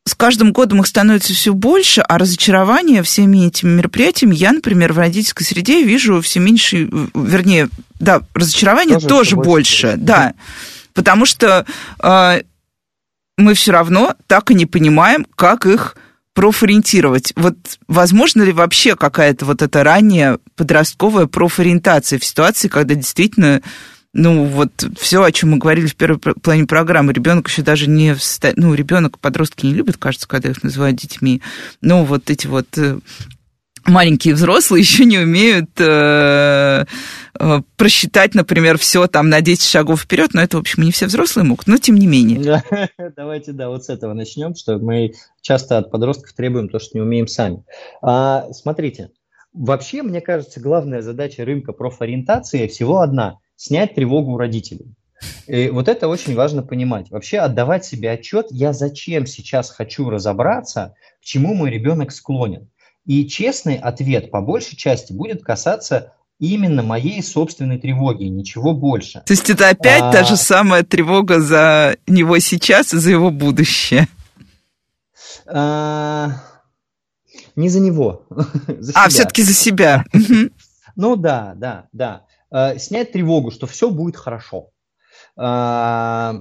Speaker 2: с каждым годом их становится все больше, а разочарование всеми этими мероприятиями я, например, в родительской среде вижу все меньше, вернее, да, разочарование тоже, тоже больше, больше, больше, да, потому что э, мы все равно так и не понимаем, как их профориентировать. Вот возможно ли вообще какая-то вот эта ранняя подростковая профориентация в ситуации, когда действительно, ну, вот все, о чем мы говорили в первой плане программы, ребенок еще даже не в состоянии, ну, ребенок, подростки не любят, кажется, когда их называют детьми, но вот эти вот маленькие взрослые еще не умеют э, э, просчитать, например, все там на десять шагов вперед, но это, в общем, не все взрослые могут, но тем не менее.
Speaker 3: Давайте, да, вот с этого начнем, что мы часто от подростков требуем то, что не умеем сами. А, смотрите, вообще, мне кажется, главная задача рынка профориентации всего одна – снять тревогу у родителей. И вот это очень важно понимать. Вообще отдавать себе отчет, я зачем сейчас хочу разобраться, к чему мой ребенок склонен. И честный ответ по большей части будет касаться именно моей собственной тревоги, ничего больше.
Speaker 2: То есть это опять а... та же самая тревога за него сейчас и за его будущее?
Speaker 3: А... Не за него.
Speaker 2: за а, все-таки за себя.
Speaker 3: Ну да, да, да. А, снять тревогу, что все будет хорошо. А...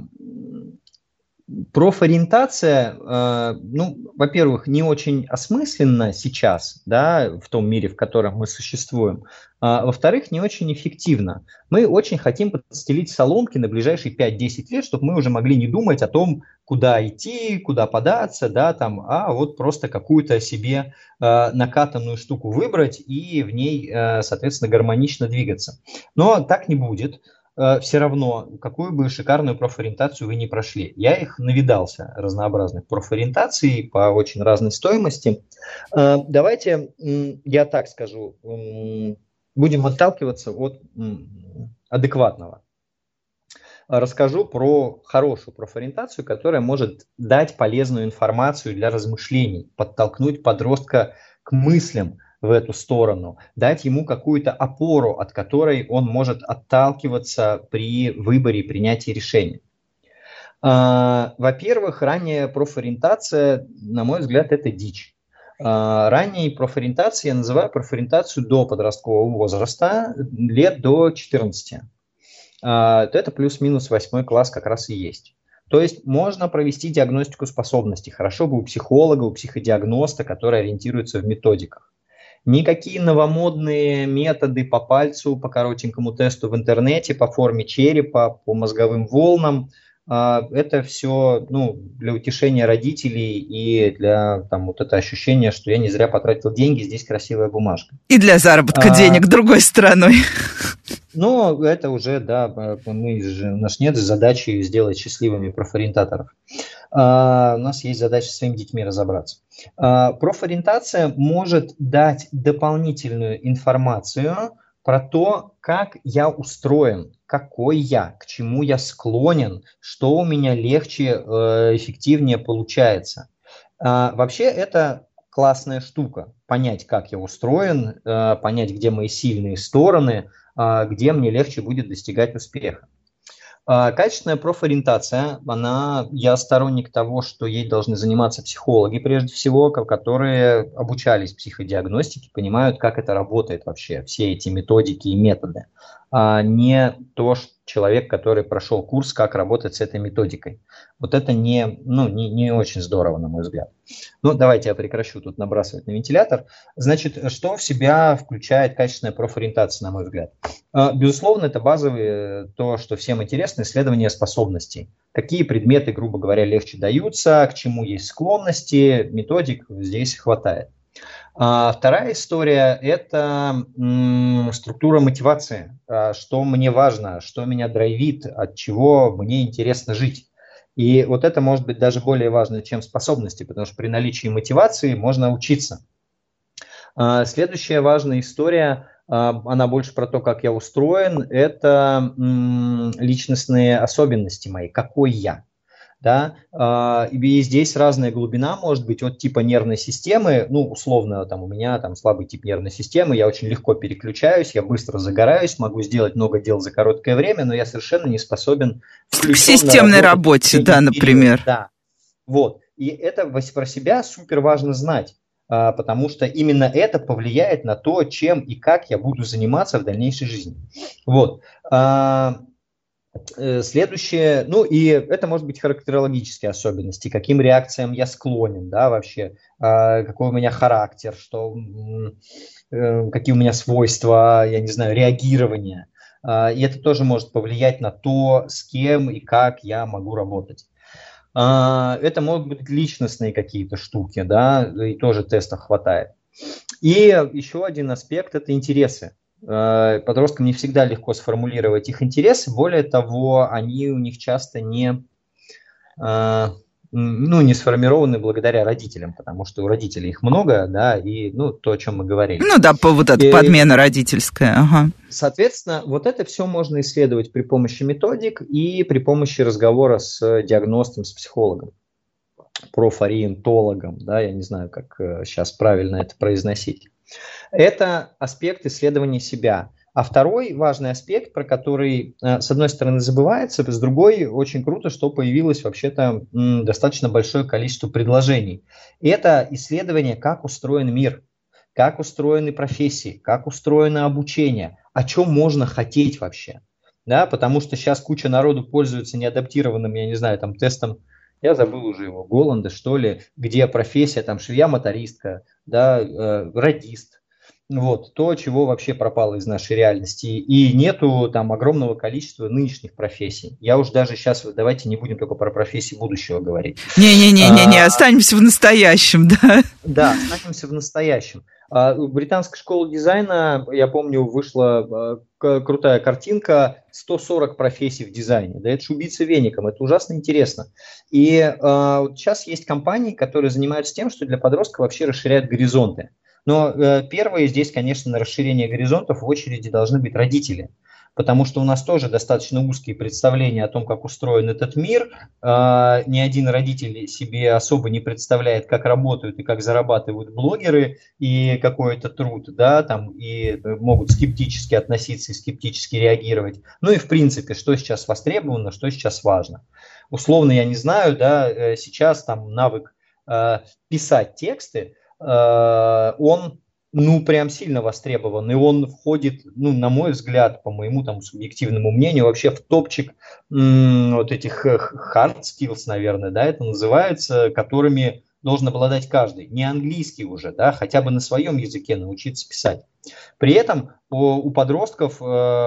Speaker 3: Профориентация, э, ну, во-первых, не очень осмысленна сейчас, да, в том мире, в котором мы существуем, а, во-вторых, не очень эффективна. Мы очень хотим подстелить соломки на ближайшие пять-десять лет, чтобы мы уже могли не думать о том, куда идти, куда податься, да, там, а вот просто какую-то себе э, накатанную штуку выбрать и в ней, э, соответственно, гармонично двигаться. Но так не будет. Все равно, какую бы шикарную профориентацию вы ни прошли. Я их навидался, разнообразных профориентаций по очень разной стоимости. Давайте, я так скажу, будем отталкиваться от адекватного. Расскажу про хорошую профориентацию, которая может дать полезную информацию для размышлений, подтолкнуть подростка к мыслям в эту сторону, дать ему какую-то опору, от которой он может отталкиваться при выборе и принятии решений. Во-первых, ранняя профориентация, на мой взгляд, это дичь. Ранней профориентацией я называю профориентацию до подросткового возраста, лет до четырнадцати. Это плюс-минус восьмой класс как раз и есть. То есть можно провести диагностику способностей. Хорошо бы у психолога, у психодиагноста, который ориентируется в методиках. Никакие новомодные методы по пальцу, по коротенькому тесту в интернете, по форме черепа, по мозговым волнам, это все, ну, для утешения родителей и для там, вот это ощущение, что я не зря потратил деньги, здесь красивая бумажка.
Speaker 2: И для заработка а, денег другой стороной.
Speaker 3: Ну, это уже, да, мы же, у нас нет задачи сделать счастливыми профориентаторов. А, у нас есть задача с своими детьми разобраться. А, профориентация может дать дополнительную информацию про то, как я устроен, какой я, к чему я склонен, что у меня легче, эффективнее получается. А, вообще это классная штука, понять, как я устроен, понять, где мои сильные стороны, где мне легче будет достигать успеха. Качественная профориентация, она, я сторонник того, что ей должны заниматься психологи, прежде всего, которые обучались психодиагностике, понимают, как это работает вообще, все эти методики и методы, а не то, что человек, который прошел курс, как работать с этой методикой. Вот это не, ну, не, не очень здорово, на мой взгляд. Ну, давайте я прекращу тут набрасывать на вентилятор. Значит, что в себя включает качественная профориентация, на мой взгляд? Безусловно, это базовое, то, что всем интересно, исследование способностей. Какие предметы, грубо говоря, легче даются, к чему есть склонности, методик здесь хватает. А вторая история – это м, структура мотивации. А, что мне важно, что меня драйвит, от чего мне интересно жить. И вот это может быть даже более важно, чем способности, потому что при наличии мотивации можно учиться. А, следующая важная история, а, она больше про то, как я устроен, это м, личностные особенности мои, какой я. Да, и здесь разная глубина может быть от типа нервной системы, ну, условно, там у меня там слабый тип нервной системы, я очень легко переключаюсь, я быстро загораюсь, могу сделать много дел за короткое время, но я совершенно не способен...
Speaker 2: К системной работе, да, например.
Speaker 3: Да, вот. И это про себя супер важно знать, потому что именно это повлияет на то, чем и как я буду заниматься в дальнейшей жизни. Вот. Следующее, ну и это может быть характерологические особенности, каким реакциям я склонен, да, вообще, какой у меня характер, что, какие у меня свойства, я не знаю, реагирования. И это тоже может повлиять на то, с кем и как я могу работать. Это могут быть личностные какие-то штуки, да, и тоже тестов хватает. И еще один аспект – это интересы. Подросткам не всегда легко сформулировать их интересы, более того, они у них часто не, ну, не сформированы благодаря родителям, потому что у родителей их много, да, и ну, то, о чем мы говорили.
Speaker 2: Ну да, вот эта подмена родительская. Ага.
Speaker 3: Соответственно, вот это все можно исследовать при помощи методик и при помощи разговора с диагностом, с психологом, профориентологом, да, я не знаю, как сейчас правильно это произносить. Это аспект исследования себя. А второй важный аспект, про который, с одной стороны, забывается, с другой, очень круто, что появилось вообще-то достаточно большое количество предложений. Это исследование, как устроен мир, как устроены профессии, как устроено обучение, о чем можно хотеть вообще. Да, потому что сейчас куча народу пользуется неадаптированным, я не знаю, там тестом, я забыл уже его, Голланда, что ли, где профессия, там, швея-мотористка, да, э, радист. Вот, то, чего вообще пропало из нашей реальности. И нету там огромного количества нынешних профессий. Я уж даже сейчас, давайте не будем только про профессии будущего говорить.
Speaker 2: Не-не-не, а, останемся в настоящем, да.
Speaker 3: Да, останемся в настоящем. В британской школе дизайна, я помню, вышла крутая картинка сто сорок профессий в дизайне. Да это ж убийца веником, это ужасно интересно. И э, сейчас есть компании, которые занимаются тем, что для подростка вообще расширяют горизонты. Но э, первые здесь, конечно, на расширение горизонтов в очереди должны быть родители. Потому что у нас тоже достаточно узкие представления о том, как устроен этот мир. Э, ни один родитель себе особо не представляет, как работают и как зарабатывают блогеры и какой это труд, да, там, и могут скептически относиться и скептически реагировать. Ну и в принципе, что сейчас востребовано, что сейчас важно. Условно, я не знаю, да, сейчас там навык э, писать тексты, э, он... ну, прям сильно востребован, и он входит, ну, на мой взгляд, по моему там субъективному мнению, вообще в топчик м- вот этих hard skills, наверное, да, это называется, которыми должен обладать каждый. Не английский уже, да, хотя бы на своем языке научиться писать. При этом у, у подростков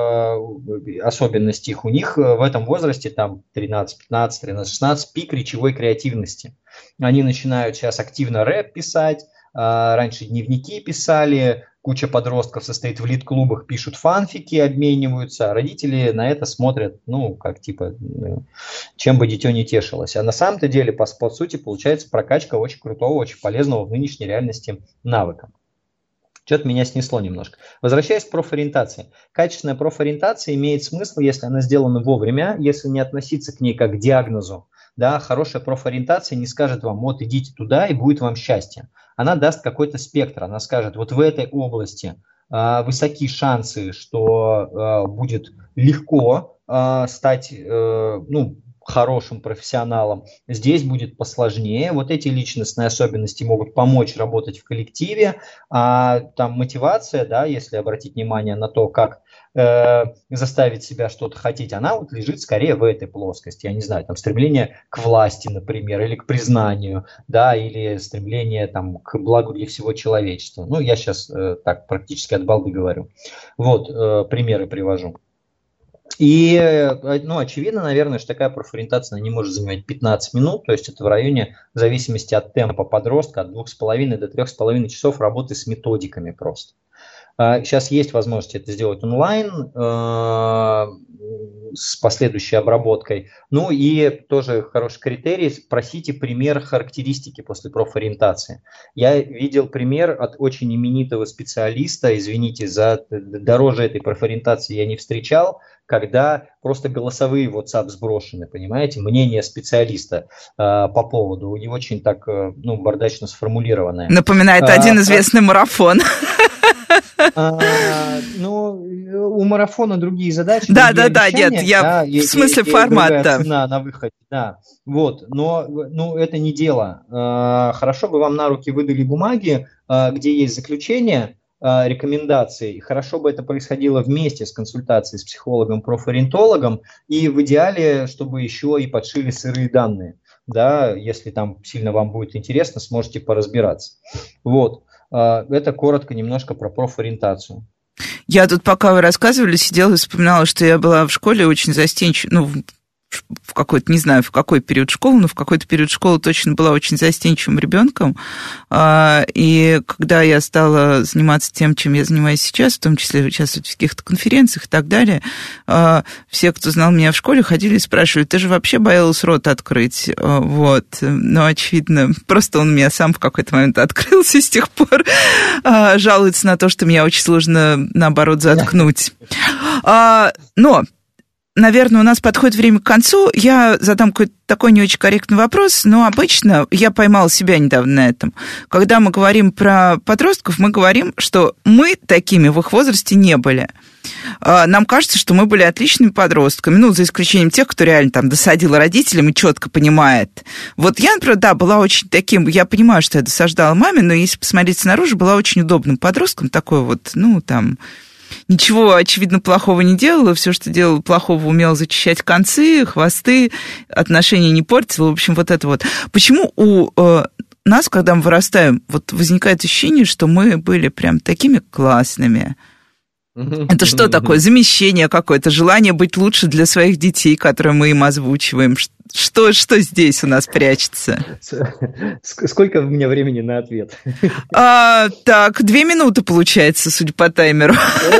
Speaker 3: э, особенность их, у них в этом возрасте, там, тринадцать, пятнадцать, тринадцать, шестнадцать, пик речевой креативности. Они начинают сейчас активно рэп писать, раньше дневники писали, куча подростков состоит в лид-клубах, пишут фанфики, обмениваются, а родители на это смотрят, ну, как типа, чем бы дитё не тешилось. А на самом-то деле, по, по сути, получается прокачка очень крутого, очень полезного в нынешней реальности навыка. Что-то меня снесло немножко. Возвращаясь к профориентации. Качественная профориентация имеет смысл, если она сделана вовремя, если не относиться к ней как к диагнозу. Да, хорошая профориентация не скажет вам, вот идите туда и будет вам счастье. Она даст какой-то спектр, она скажет, вот в этой области э, высоки шансы, что э, будет легко э, стать э, ну, хорошим профессионалом, здесь будет посложнее. Вот эти личностные особенности могут помочь работать в коллективе, а там мотивация, да, если обратить внимание на то, как э, заставить себя что-то хотеть, она вот лежит скорее в этой плоскости. Я не знаю, там стремление к власти, например, или к признанию, да, или стремление там к благу для всего человечества. Ну, я сейчас э, так практически от балды говорю. Вот, э, примеры привожу. И, ну, очевидно, наверное, что такая профориентация не может занимать пятнадцать минут, то есть это в районе, в зависимости от темпа подростка, от двух с половиной до трёх с половиной часов работы с методиками просто. Сейчас есть возможность это сделать онлайн с последующей обработкой. Ну и тоже хороший критерий, просите пример характеристики после профориентации. Я видел пример от очень именитого специалиста, извините, за дороже этой профориентации я не встречал, когда просто голосовые WhatsApp сброшены, понимаете, мнение специалиста э, по поводу, и очень так, э, ну, бардачно сформулированное.
Speaker 2: Напоминает а, один известный а... марафон.
Speaker 3: А, ну, у, марафона другие задачи.
Speaker 2: Да, да, да, нет, я да, в смысле и, формата.
Speaker 3: Цена на выходе, да. Вот, но ну, это не дело. Хорошо бы вам на руки выдали бумаги, где есть заключение, рекомендации. Хорошо бы это происходило вместе с консультацией с психологом, профориентологом, и в идеале, чтобы еще и подшили сырые данные. Да, если там сильно вам будет интересно, сможете поразбираться. Вот. Это коротко немножко про профориентацию.
Speaker 2: Я тут, пока вы рассказывали, сидела и вспоминала, что я была в школе очень застенчива, ну, в какой-то, не знаю, в какой период школы, но в какой-то период школы точно была очень застенчивым ребенком. И когда я стала заниматься тем, чем я занимаюсь сейчас, в том числе участвовать в каких-то конференциях и так далее, все, кто знал меня в школе, ходили и спрашивали: ты же вообще боялась рот открыть? Вот. Но, очевидно, просто он меня сам в какой-то момент открылся и с тех пор жалуется на то, что меня очень сложно, наоборот, заткнуть. Но... Наверное, у нас подходит время к концу. Я задам какой-то такой не очень корректный вопрос, но обычно я поймала себя недавно на этом. Когда мы говорим про подростков, мы говорим, что мы такими в их возрасте не были. Нам кажется, что мы были отличными подростками, ну, за исключением тех, кто реально там досадил родителям и четко понимает. Вот я, например, да, была очень таким, я понимаю, что я досаждала маме, но если посмотреть снаружи, была очень удобным подростком, такой вот, ну, там... Ничего, очевидно, плохого не делала. Все, что делала плохого, умела зачищать концы, хвосты, отношения не портила. В общем, вот это вот. Почему у э, нас, когда мы вырастаем, вот возникает ощущение, что мы были прям такими классными? Это что такое? Замещение какое-то, желание быть лучше для своих детей, которые мы им озвучиваем. Что, что здесь у нас прячется?
Speaker 3: Сколько у меня времени на ответ?
Speaker 2: А, так, две минуты получается, судя по таймеру.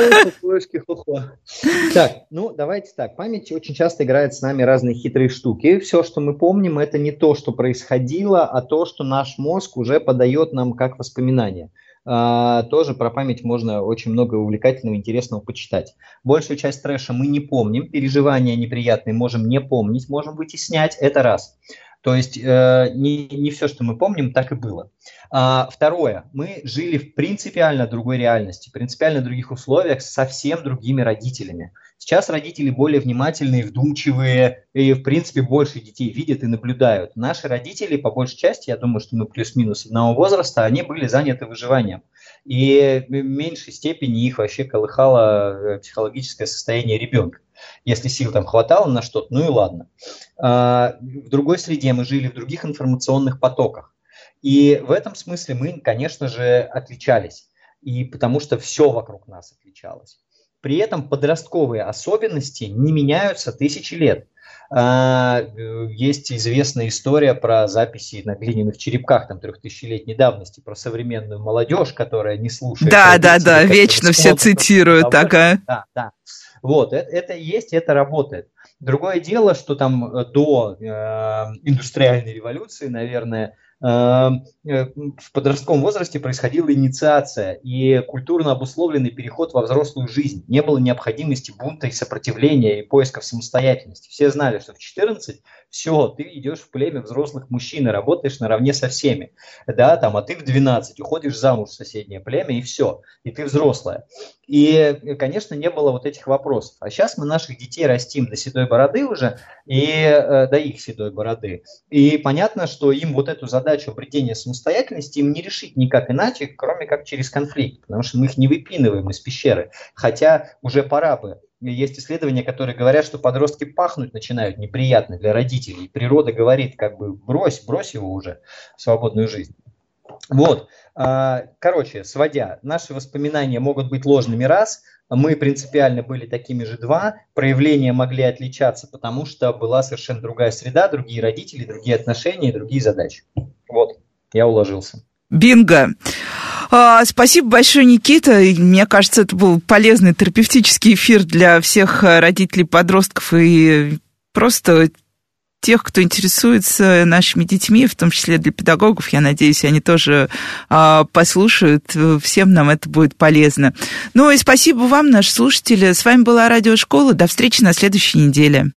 Speaker 3: Так, ну давайте так. Память очень часто играет с нами разные хитрые штуки. Все, что мы помним, это не то, что происходило, а то, что наш мозг уже подает нам как воспоминание. Uh, тоже про память можно очень много увлекательного, интересного почитать. Большую часть трэша мы не помним, переживания неприятные можем не помнить, можем вытеснять, это раз. То есть uh, не, не все, что мы помним, так и было. Uh, второе, мы жили в принципиально другой реальности, принципиально других условиях с совсем другими родителями. Сейчас родители более внимательные, вдумчивые и, в принципе, больше детей видят и наблюдают. Наши родители, по большей части, я думаю, что мы плюс-минус одного возраста, они были заняты выживанием. И в меньшей степени их вообще колыхало психологическое состояние ребенка. Если сил там хватало на что-то, ну и ладно. В другой среде мы жили, в других информационных потоках. И в этом смысле мы, конечно же, отличались. И потому что все вокруг нас отличалось. При этом подростковые особенности не меняются тысячи лет. Есть известная история про записи на глиняных черепках там трехтысячелетней давности, про современную молодежь, которая не слушает.
Speaker 2: Да, да, да, вечно все цитируют. Ага.
Speaker 3: Да, да. Вот, это, это есть, это работает. Другое дело, что там до э, индустриальной революции, наверное, в подростковом возрасте происходила инициация и культурно обусловленный переход во взрослую жизнь. Не было необходимости бунта и сопротивления и поисков самостоятельности. Все знали, что в четырнадцать все, ты идешь в племя взрослых мужчин и работаешь наравне со всеми. Да, там, а ты в двенадцать уходишь замуж в соседнее племя и все, и ты взрослая. И, конечно, не было вот этих вопросов. А сейчас мы наших детей растим до седой бороды уже, и э, до их седой бороды. И понятно, что им вот эту задачу обретения самостоятельности им не решить никак иначе, кроме как через конфликт, потому что мы их не выпинываем из пещеры. Хотя уже пора бы. Есть исследования, которые говорят, что подростки пахнуть начинают неприятно для родителей. И природа говорит, как бы брось, брось его уже в свободную жизнь. Вот, короче, сводя, наши воспоминания могут быть ложными раз, мы принципиально были такими же два, проявления могли отличаться, потому что была совершенно другая среда, другие родители, другие отношения, другие задачи. Вот, я уложился.
Speaker 2: Бинго! Спасибо большое, Никита. Мне кажется, это был полезный терапевтический эфир для всех родителей, подростков и просто тех, кто интересуется нашими детьми, в том числе для педагогов. Я надеюсь, они тоже а, послушают. Всем нам это будет полезно. Ну и спасибо вам, наши слушатели. С вами была Радиошкола. До встречи на следующей неделе.